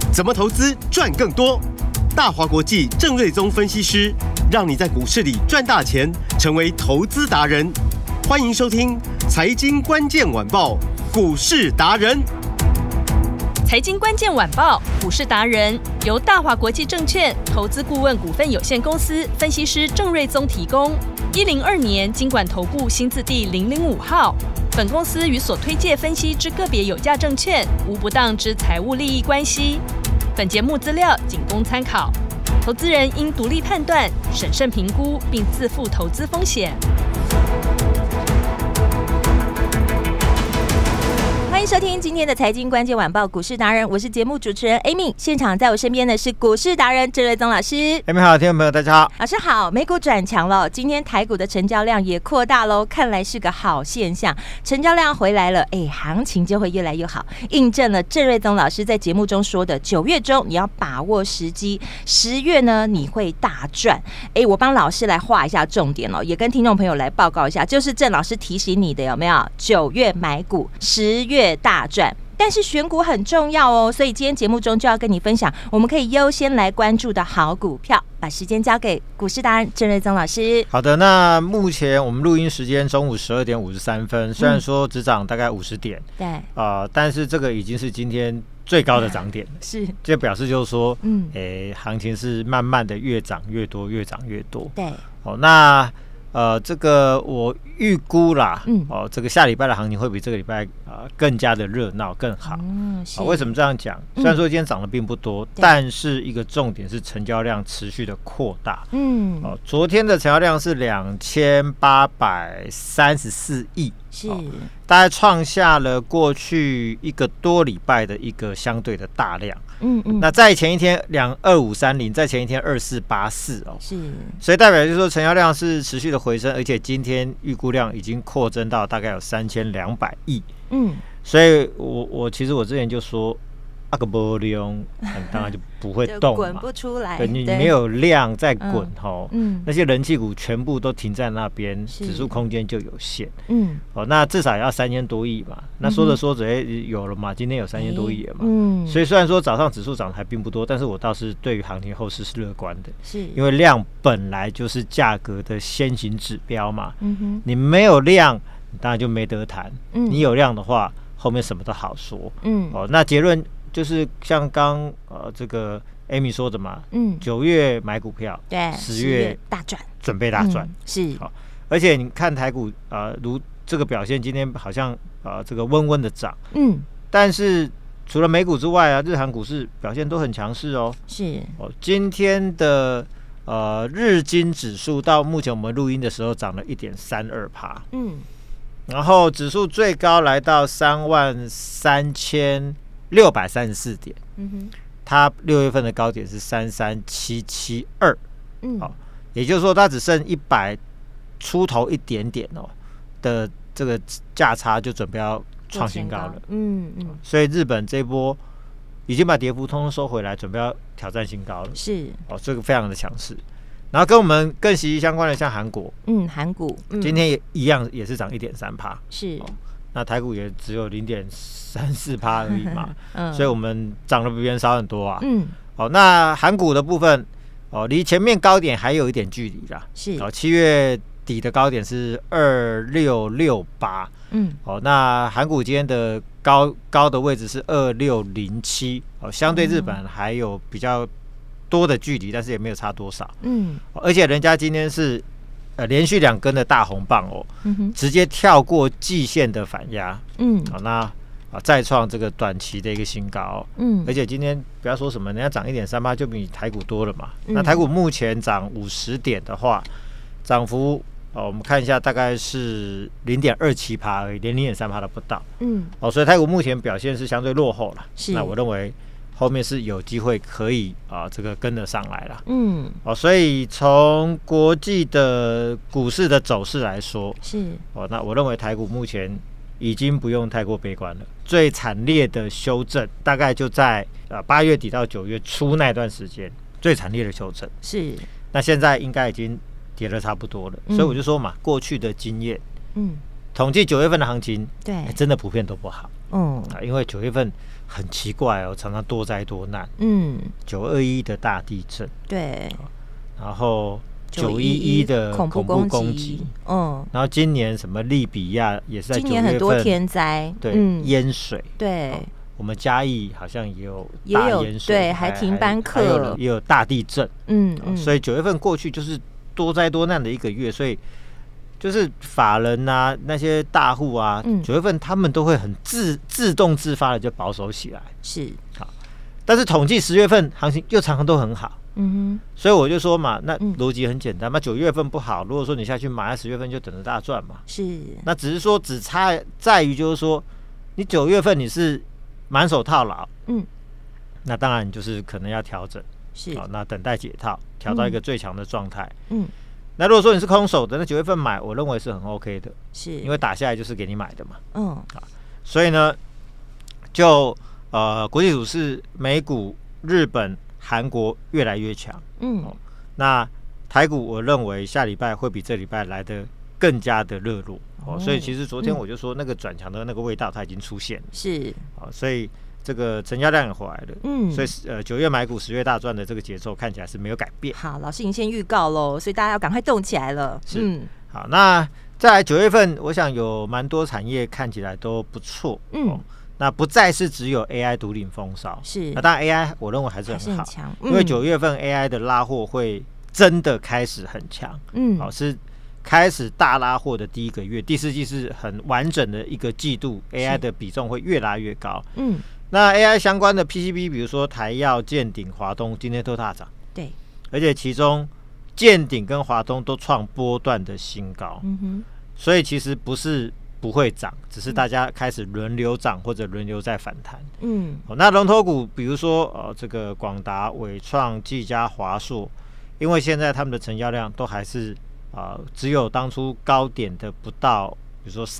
怎么投资赚更多？大华国际郑瑞宗分析师让你在股市里赚大钱，成为投资达人。欢迎收听《财经关键晚报》股市达人。 财经关键晚报股市达人由大华国际证券投资顾问股份有限公司分析师郑瑞宗提供。102年金管投顾新字第005号。本公司与所推介分析之个别有价证券无不当之财务利益关系。本节目资料仅供参考，投资人应独立判断、审慎评估，并自负投资风险。 欢迎收听今天的财经关键晚报股市达人，我是节目主持人 Amy。 现场在我身边的是股市达人郑瑞宗老师。 Amy 好，听众朋友大家好。 老师好。美股转强了，今天台股的成交量也扩大喽，看来是个好现象。成交量回来了，行情就会越来越好，印证了郑瑞宗老师在节目中说的9月中你要把握时机，10月呢你会大赚。我帮老师来画一下重点也跟听众朋友来报告一下，就是郑老师提醒你的，有没有？9月买股，10月大赚，但是选股很重要哦，所以今天节目中就要跟你分享我们可以优先来关注的好股票。把时间交给股市达人郑瑞宗老师。 好的，那目前我们录音时间中午12点53分，虽然说只涨大概50点， 对， 但是这个已经是今天最高的涨点了， 是， 这表示就是说，行情是慢慢的越涨越多，越涨越多。 对， 那这个我预估啦，这个下礼拜的行情会比这个礼拜更加的热闹更好。为什么这样讲？虽然说今天涨的并不多，但是一个重点是成交量持续的扩大。昨天的成交量是2834亿， 是， 大概创下了过去1个多礼拜的一个相对的大量。那在前一天22530，在前一天2484 是， 所以代表就是说成交量是持续的回升，而且今天预估量已经扩增到大概有3200亿。所以我其实我之前就说，个没量，当然就不会动嘛， 滚不出来。 对，你没有量在滚那些人气股全部都停在那边，指数空间就有限。那至少也要3000多亿嘛。那说着说着，有了嘛，今天有3000多亿了嘛。所以虽然说早上指数涨得还并不多，但是我倒是对于行情后市是乐观的，是因为量本来就是价格的先行指标嘛。你没有量，你当然就没得谈。你有量的话，后面什么都好说。那结论就是像刚这个 Amy 说的嘛，9月买股票， 对 ，10月大赚， 准备大赚， 是好。而且你看台股如这个表现，今天好像这个温温的涨，但是除了美股之外日韩股市表现都很强势哦。是今天的日经指数到目前我们录音的时候涨了1.32%，然后指数最高来到33634点，它6月份的高点是33772，也就是说它只剩100出头一点点的这个价差就准备要创新高了。所以日本这一波已经把跌幅通通收回来，准备要挑战新高了。是这个非常的强势。然后跟我们更息息相关的像韩国， 韩股今天也一样，也是涨1.3%，是。那台股也只有0.34%而已嘛，所以我们涨得比别人少很多啊。那韩股的部分离前面高点还有一点距离啦。是7月底的高点是2668，那韩股今天的高的位置是2607，相对日本还有比较多的距离，但是也没有差多少。而且人家今天是连续2根的大红棒直接跳过季线的反压，那再创这个短期的一个新高，而且今天不要说什么，人家涨1.38%就比台股多了嘛。那台股目前涨50点的话，涨幅我们看一下，大概是0.27%而已，连0.3%都不到。所以台股目前表现是相对落后了。那我认为后面是有机会可以这个跟得上来了。所以从国际的股市的走势来说，是那我认为台股目前已经不用太过悲观了。最惨烈的修正大概就在8月底到9月初那段时间，最惨烈的修正是。那现在应该已经跌得差不多了，所以我就说嘛，过去的经验，统计9月份的行情，对，真的普遍都不好。因为9月份很奇怪哦，常常多灾多难。921的大地震， 对， 然后911的恐怖攻击，然后今年什么利比亚也是在9月份， 今年很多天灾， 对，淹水， 对， 我们嘉义好像也有大淹水， 对，还停班课， 也有大地震，所以9月份过去就是多灾多难的一个月，所以就是法人啊，那些大户啊，9月份他们都会很自动自发的就保守起来， 是好，但是统计10月份行情又常常都很好。所以我就说嘛，那逻辑很简单嘛，9月份不好，如果说你下去买，10月份就等着大赚嘛。 是， 那只是说只差在于就是说，你9月份你是满手套牢，那当然你就是可能要调整， 是， 那等待解套，调到一个最强的状态。那如果说你是空手的，那9月份买，我认为是很 OK 的， 是因为打下来就是给你买的嘛。所以呢，就国际股市、美股、日本、韩国越来越强，那台股我认为下礼拜会比这礼拜来的更加的热络，所以其实昨天我就说那个转强的那个味道它已经出现了， 是， 所以这个成交量也回来了，所以9月买股10月大赚的这个节奏看起来是没有改变。 好，老师您先预告喽，所以大家要赶快动起来了。 好，那再来9月份，我想有蛮多产业看起来都不错，那不再是只有 AI 独领风骚， 是， 那当然 AI 我认为还是很好， 强， 因为9月份 AI 的拉货会真的开始很强，是开始大拉货的第一个月，第4季是很完整的一个季度 ，AI 的比重会越拉越高，那 AI 相关的 PCB， 比如说台燿、健鼎、华东，今天都大涨， 对， 而且其中健鼎跟华东都创波段的新高，所以其实不是不会涨，只是大家开始轮流涨或者轮流在反弹。那龙头股比如说这个广达、伟创、技嘉、华硕，因为现在他们的成交量都还是只有当初高点的不到，比如说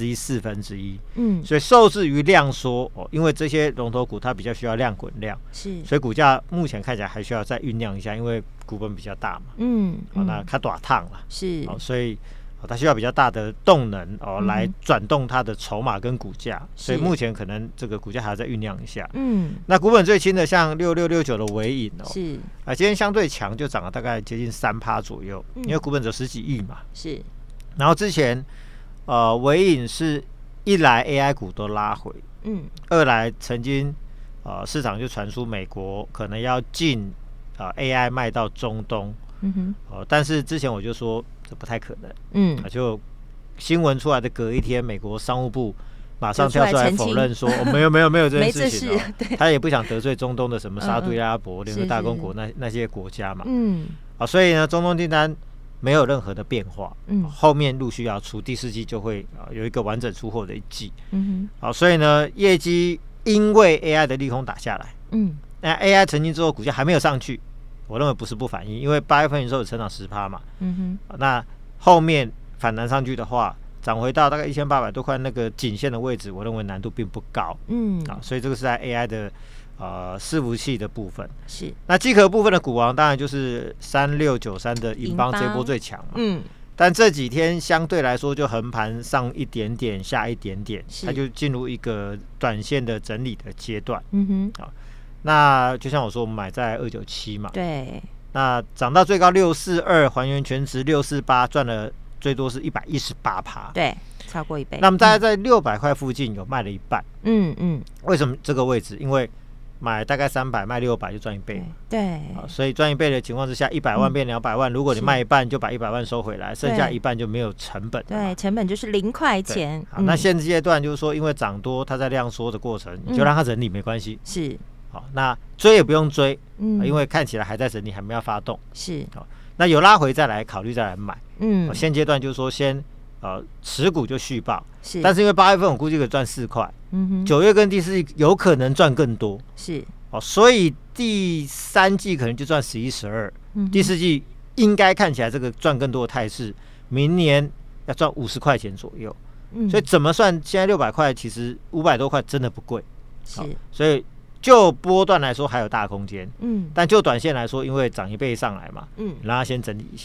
1/3、1/4，所以受制于量缩，因为这些龙头股它比较需要量滚量， 是， 所以股价目前看起来还需要再酝酿一下，因为股本比较大嘛，那它短烫了， 是， 所以它需要比较大的动能来转动它的筹码跟股价，所以目前可能这个股价还要再酝酿一下。那股本最轻的像6669的微影是今天相对强，就涨了大概接近3%左右，因为股本只有10几亿嘛。 是， 然后之前微影是一来 AI 股都拉回，二来曾经市场就传出美国可能要进AI 卖到中东，但是之前我就说这不太可能，就新闻出来的隔一天，美国商务部马上跳出来否认说没有这件事情，他也不想得罪中东的什么沙特阿拉伯、联合大公国那些国家嘛，所以呢，中东订单没有任何的变化，后面陆续要出，第4季就会有一个完整出货的一季，所以呢，业绩因为 AI 的利空打下来，那 AI 成绩之后股价还没有上去，我认为不是不反应，因为8月份营收有成长10%嘛，那后面反弹上去的话，涨回到大概1800多块那个颈线的位置，我认为难度并不高，所以这个是在 AI 的伺服器的部分。 是， 那机壳部分的股王当然就是3693的银邦，这一波最强嘛，但这几天相对来说就横盘上一点点，下一点点，它就进入一个短线的整理的阶段，那就像我说，我们买在297嘛， 对， 那涨到最高642，还原全值648，赚了最多是118%， 对，超过1倍。 那么大概在600块附近有卖了一半，为什么这个位置？因为买大概300，卖600就赚1倍嘛， 对， 所以赚1倍的情况之下，100万变200万，如果你卖一半，就把100万收回来，剩下一半就没有成本， 对，成本就是0块钱。 好，那现阶段就是说，因为涨多，它在量缩的过程，你就让它整理没关系， 是。 好，那追也不用追，因为看起来还在整理，还没有发动。 是， 好，那有拉回再来考虑再来买。现阶段就是说先持股就续报，是。但是因为8月份我估计可以赚4块，9月跟第4季有可能赚更多， 是。 所以第3季可能就赚11、12，第4季应该看起来这个赚更多的态势，明年要赚50块钱左右。所以怎么算？现在600块，其实500多块真的不贵， 是。 所以就波段来说还有大空间，但就短线来说，因为涨1倍上来嘛，让它先整理一下，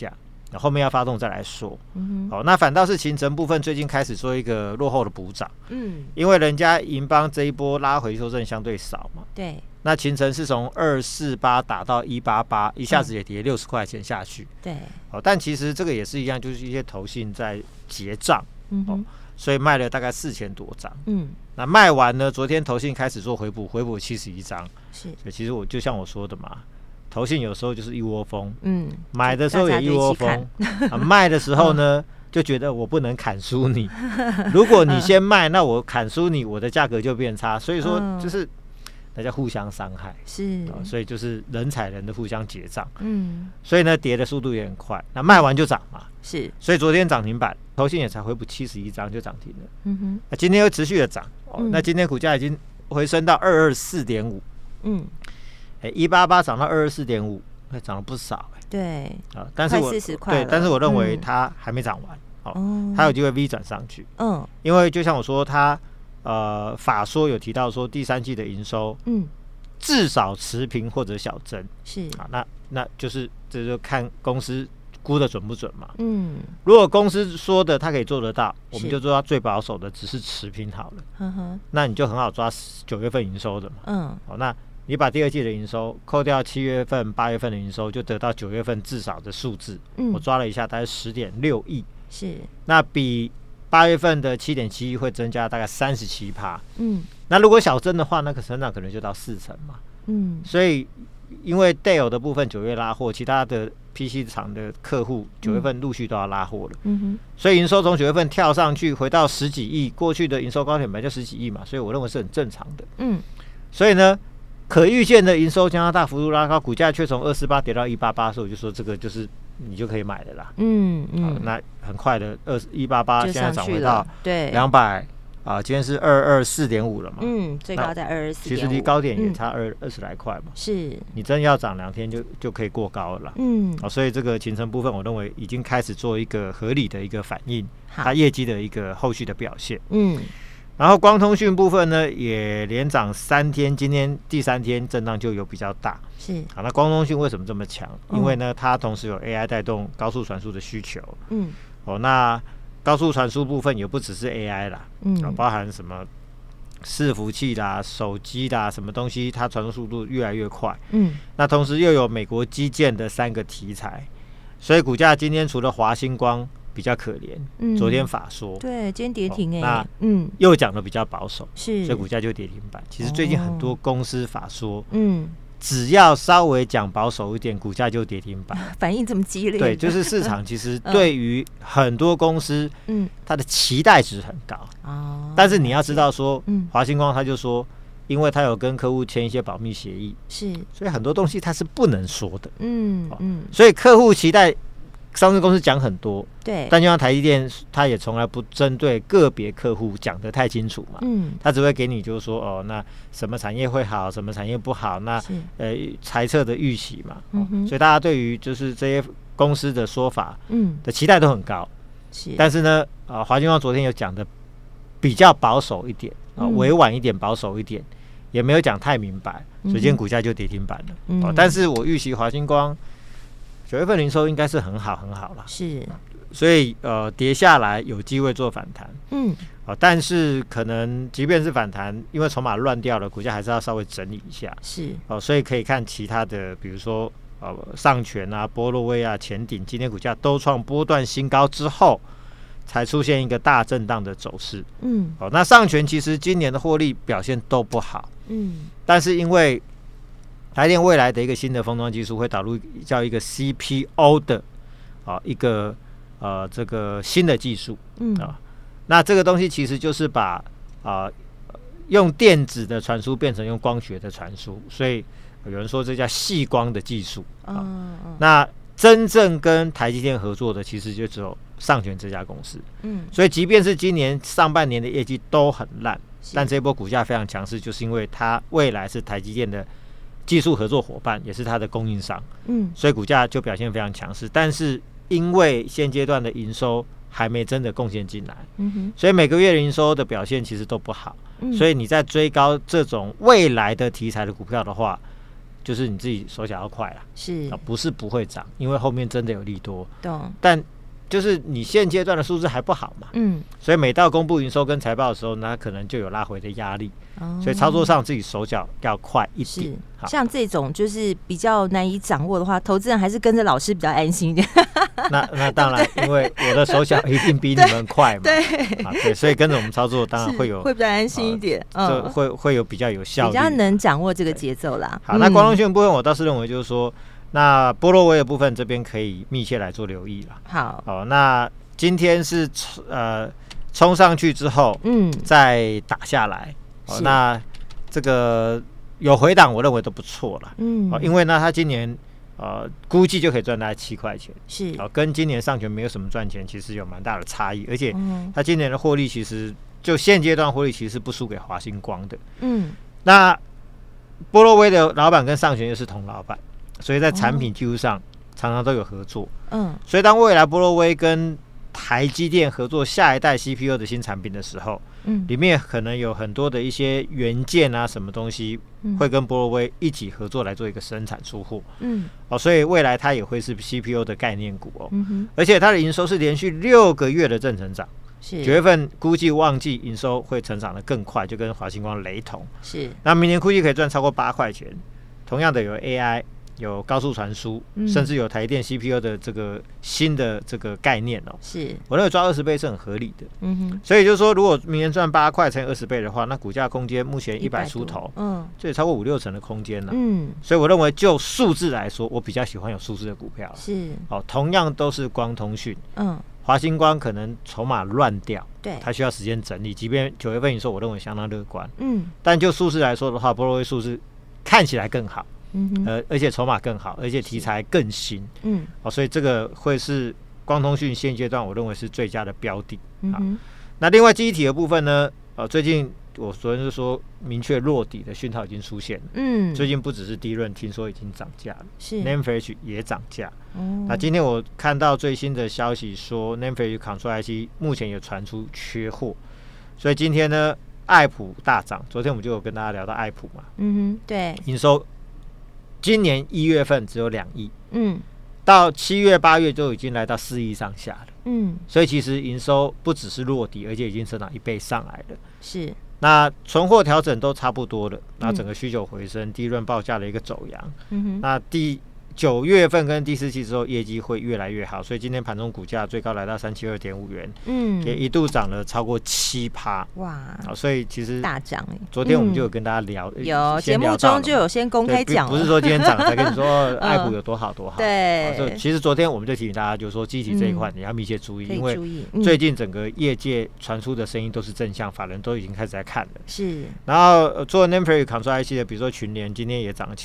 后面要发动再来说。那反倒是勤诚部分最近开始做一个落后的补涨，因为人家银邦这一波拉回修正相对少嘛， 对， 那勤诚是从248打到188，一下子也跌60块钱下去， 对， 但其实这个也是一样，就是一些投信在结账，所以卖了大概4000多张，那卖完呢，昨天投信开始做回补71张，是，所以其实我就像我说的嘛。投信有时候就是一窝蜂，买的时候也一窝蜂，卖的时候呢，就觉得我不能砍输你，如果你先卖，那我砍输你，我的价格就变差，所以说就是大家互相伤害， 是， 所以就是人踩人的互相结账，所以呢，跌的速度也很快，那卖完就涨嘛， 是， 所以昨天涨停板，投信也才回补71张就涨停了，那今天又持续的涨，那今天股价已经回升到224.5，188涨到224.5，涨了不少， 对， 但是 40块， 对，但是我认为它还没涨完，它有机会 V 转上去，因为就像我说，它法说有提到说第三季的营收，至少持平或者小增， 是那就是这就看公司估的准不准嘛，如果公司说的它可以做得到，我们就做到最保守的，只是持平好了，那你就很好抓9月份营收的嘛，那你把第二季的营收扣掉7月份、8月份的营收，就得到9月份至少的数字。我抓了一下，大概10.6亿， 是，那比8月份的7.7亿会增加大概37%。那如果小增的话，那个成长可能就到40%嘛。所以因为 Dell 的部分9月拉货，其他的 PC 厂的客户9月份陆续都要拉货了。所以营收从9月份跳上去，回到10几亿，过去的营收高点本来就10几亿嘛，所以我认为是很正常的。所以呢，可预见的营收将要大幅度拉高，股价却从248跌到188，所以我就说这个就是你就可以买的啦。那很快的188现在涨回到200今天是224.5了嘛。 最高在224.5， 其实离高点也差20来块嘛。 是， 你真要涨2天就可以过高了啦。所以这个勤诚部分，我认为已经开始做一个合理的一个反应，它业绩的一个后续的表现。然后光通讯部分呢，也连涨3天，今天第3天震荡就有比较大。 是， 那光通讯为什么这么强？因为呢，它同时有 AI 带动高速传输的需求。那高速传输部分也不只是 AI 啦，包含什么伺服器啦、手机啦，什么东西它传输速度越来越快。那同时又有美国基建的3个题材，所以股价今天除了华星光比较可怜，昨天法说对，今天跌停又讲的比较保守， 是， 所以股价就跌停板。其实最近很多公司法说，只要稍微讲保守一点，股价就跌停板， 反应这么激烈。 对，就是市场其实对于很多公司，它的期待值很高。但是你要知道说，华星光他就说，因为他有跟客户签一些保密协议， 是， 所以很多东西他是不能说的。所以客户期待。上市公司讲很多， 对， 但就像台积电，他也从来不针对个别客户讲得太清楚嘛，他只会给你就是说，那什么产业会好，什么产业不好，那猜测的预期嘛，所以大家对于就是这些公司的说法，的期待都很高，但是呢，华星光昨天有讲的比较保守一点，委婉一点，保守一点，也没有讲太明白，所以今天股价就跌停板了，但是我预期华星光9月份营收应该是很好了， 是， 所以跌下来有机会做反弹，但是可能即便是反弹，因为筹码乱掉了，股价还是要稍微整理一下， 是， 所以可以看其他的，比如说上权啊、波若威啊、前鼎，今天股价都创波段新高之后，才出现一个大震荡的走势，那上权其实今年的获利表现都不好，但是因为台电未来的一个新的封装技术会导入叫一个 CPO 的一个这个新的技术，那这个东西其实就是把用电子的传输变成用光学的传输，所以有人说这叫细光的技术。那真正跟台积电合作的其实就只有上权这家公司，所以即便是今年上半年的业绩都很烂，但这波股价非常强势，就是因为它未来是台积电的技术合作伙伴，也是它的供应商，所以股价就表现非常强势。但是因为现阶段的营收还没真的贡献进来，所以每个月的营收的表现其实都不好，所以你在追高这种未来的题材的股票的话， 就是你自己手脚要快啦， 是不是不会涨，因为后面真的有利多， 懂， 但就是你现阶段的数字还不好嘛，所以每到公布营收跟财报的时候，那可能就有拉回的压力，所以操作上自己手脚要快一点。 像这种就是比较难以掌握的话，投资人还是跟着老师比较安心一点。 那当然，因为我的手脚一定比你们快嘛，对，所以跟着我们操作，当然会比较安心一点， 就会有比较有效率， 比较能掌握这个节奏啦。 好，那光通讯部分，我倒是认为就是说。那波若威的部分这边可以密切来做留意了。好，那今天是冲上去之后，再打下来，那这个有回档，我认为都不错了。因为呢，它今年估计就可以赚大概7块钱，是跟今年上权没有什么赚钱，其实有蛮大的差异。而且它今年的获利其实就现阶段获利其实是不输给华星光的。那波若威的老板跟上权又是同老板。所以在产品技术上常常都有合作，所以当未来波若威跟台积电合作下一代 CPU 的新产品的时候，里面可能有很多的一些元件啊，什么东西会跟波若威一起合作来做一个生产出货，所以未来它也会是 CPU 的概念股哦，而且它的营收是连续6个月的正成长。9月份估计旺季营收会成长得更快，就跟华星光雷同。是，那明年估计可以赚超过8块钱。同样的有 AI。有高速传输，甚至有台电 CPU 的这个新的这个概念哦，是我认为抓20倍是很合理的。所以就是说，如果明年赚8块乘以20倍的话，那股价空间目前100出头，这也超过5-6成的空间了。所以我认为就数字来说，我比较喜欢有数字的股票。是同样都是光通讯，华星光可能筹码乱掉，对，它需要时间整理。即便9月份营收，我认为相当乐观，但就数字来说的话，波若威数字看起来更好。而且筹码更好，而且题材更新，所以这个会是光通讯现阶段我认为是最佳的标的。那另外记忆体的部分呢，最近我昨天就说明确落底的讯号已经出现了，最近不只是低润，听说已经涨价了，是 NAND Flash 也涨价。那今天我看到最新的消息说 NAND Flash Control IC 目前也传出缺货，所以今天呢，爱普大涨，昨天我们就有跟大家聊到爱普嘛，对，营收。今年1月份只有2亿，到7月8月就已经来到4亿上下了，所以其实营收不只是落底，而且已经成长1倍上来了。是，那存货调整都差不多了，那整个需求回升，第一轮报价的一个走阳，那9月份跟第4季之后业绩会越来越好，所以今天盘中股价最高来到372.5元，也一度涨了超过7%，哇！所以其实大涨。昨天我们就有跟大家聊， 有节目中就有先公开讲， 不是说今天涨才跟你说爱普有多好多好。对，其实昨天我们就提醒大家，就是说记忆体这一块你要密切注意，因为最近整个业界传出的声音都是正向，法人都已经开始在看了。是，然后做 NAND Flash Control IC 的，比如说群联今天也涨了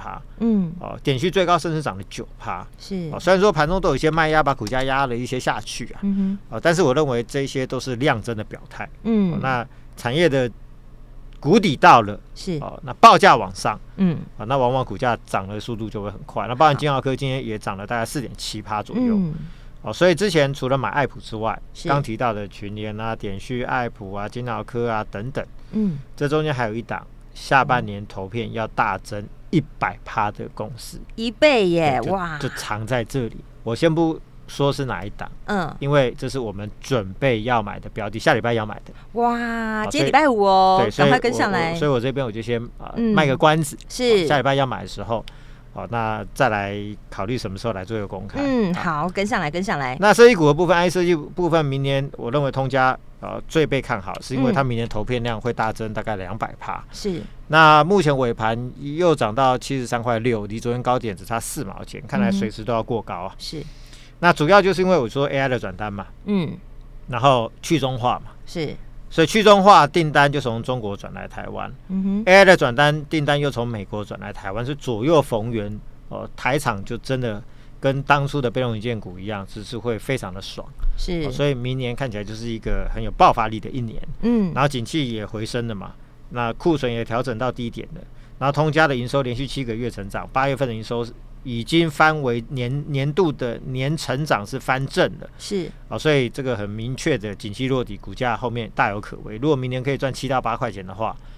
7.3%，点序最高甚至涨了9%，是虽然说盘中都有一些卖压，把股价压了一些下去啊，但是我认为这些都是量增的表态。那产业的谷底到了，是那报价往上，那往往股价涨的速度就会很快。那包含金豪科今天也涨了大概4.7%左右。所以之前除了买爱普之外，刚提到的群联啊、点序、爱普啊、金豪科啊等等，这中间还有一档下半年投片要大增100%的公司 ，1倍耶！哇， 就藏在这里。我先不说是哪一档，因为这是我们准备要买的标的，下礼拜要买的。 哇，今天礼拜5哦，赶快跟上来。 所以我这边我就先卖个关子，是下礼拜要买的时候。那再来考虑什么时候来做一个公开。 好，跟上来，跟上来。 那设计股的部分 ，IC 设计部分，明年我认为通家最被看好，是因为它明年投片量会大增大概200%。是。那目前尾盘又涨到73.6块，离昨天高点只差4毛钱，看来随时都要过高啊。是。那主要就是因为我说 AI 的转单嘛，然后去中化嘛，是。所以去中化订单就从中国转来台湾，AI 的转单订单又从美国转来台湾，是左右逢源。台厂就真的跟当初的被动元件股一样，只是会非常的爽。是，所以明年看起来就是一个很有爆发力的一年。然后景气也回升了嘛，那库存也调整到低点了，然后通家的营收连续7个月成长，8月份的营收已经翻为年度的年成长是翻正了，是所以这个很明确的景气落底，股价后面大有可为。如果明年可以赚7到8块钱的话，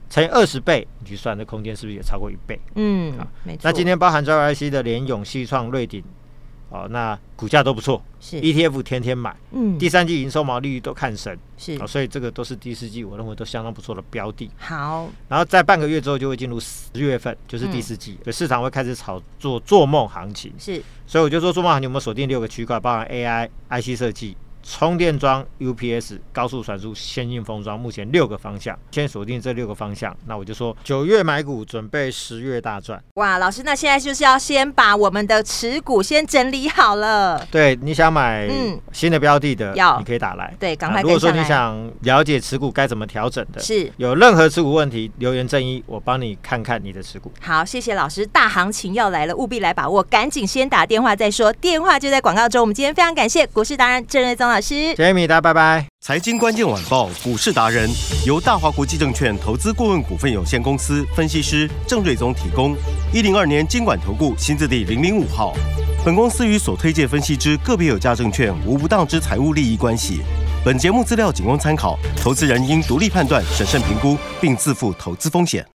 乘以20倍，你去算，这空间是不是也超过1倍？ 没错。 那今天包含driver IC的联咏、矽创、瑞鼎，那股价都不错， 是 ETF 天天买，第3季营收毛利率都看神， 是， 所以这个都是第4季我认为都相当不错的标的。 好， 然后在半个月之后就会进入10月份，就是第4季，所以市场会开始炒作做梦行情， 是， 所以我就说做梦行情我们锁定6个区块，包含 AI、IC 设计、充电桩、UPS、高速传输、先进封装，目前6个方向，先锁定这6个方向。那我就说9月买股，准备10月大赚。 哇，老师，那现在就是要先把我们的持股先整理好了。 对，你想买新的标的的，你可以打来。 对，赶快如果说你想了解持股该怎么调整的， 是有任何持股问题，留言正一，我帮你看看你的持股。 好，谢谢老师，大行情要来了，务必来把握，赶紧先打电话再说，电话就在广告中。我们今天非常感谢股市达人郑瑞宗老师， 谢谢米达，拜拜。 财经关键晚报股市达人由大华国际证券投资顾问股份有限公司分析师郑瑞宗提供。102年金管投顾新字第005号。本公司与所推介分析之个别有价证券无不当之财务利益关系。本节目资料仅供参考，投资人应独立判断、审慎评估，并自负投资风险。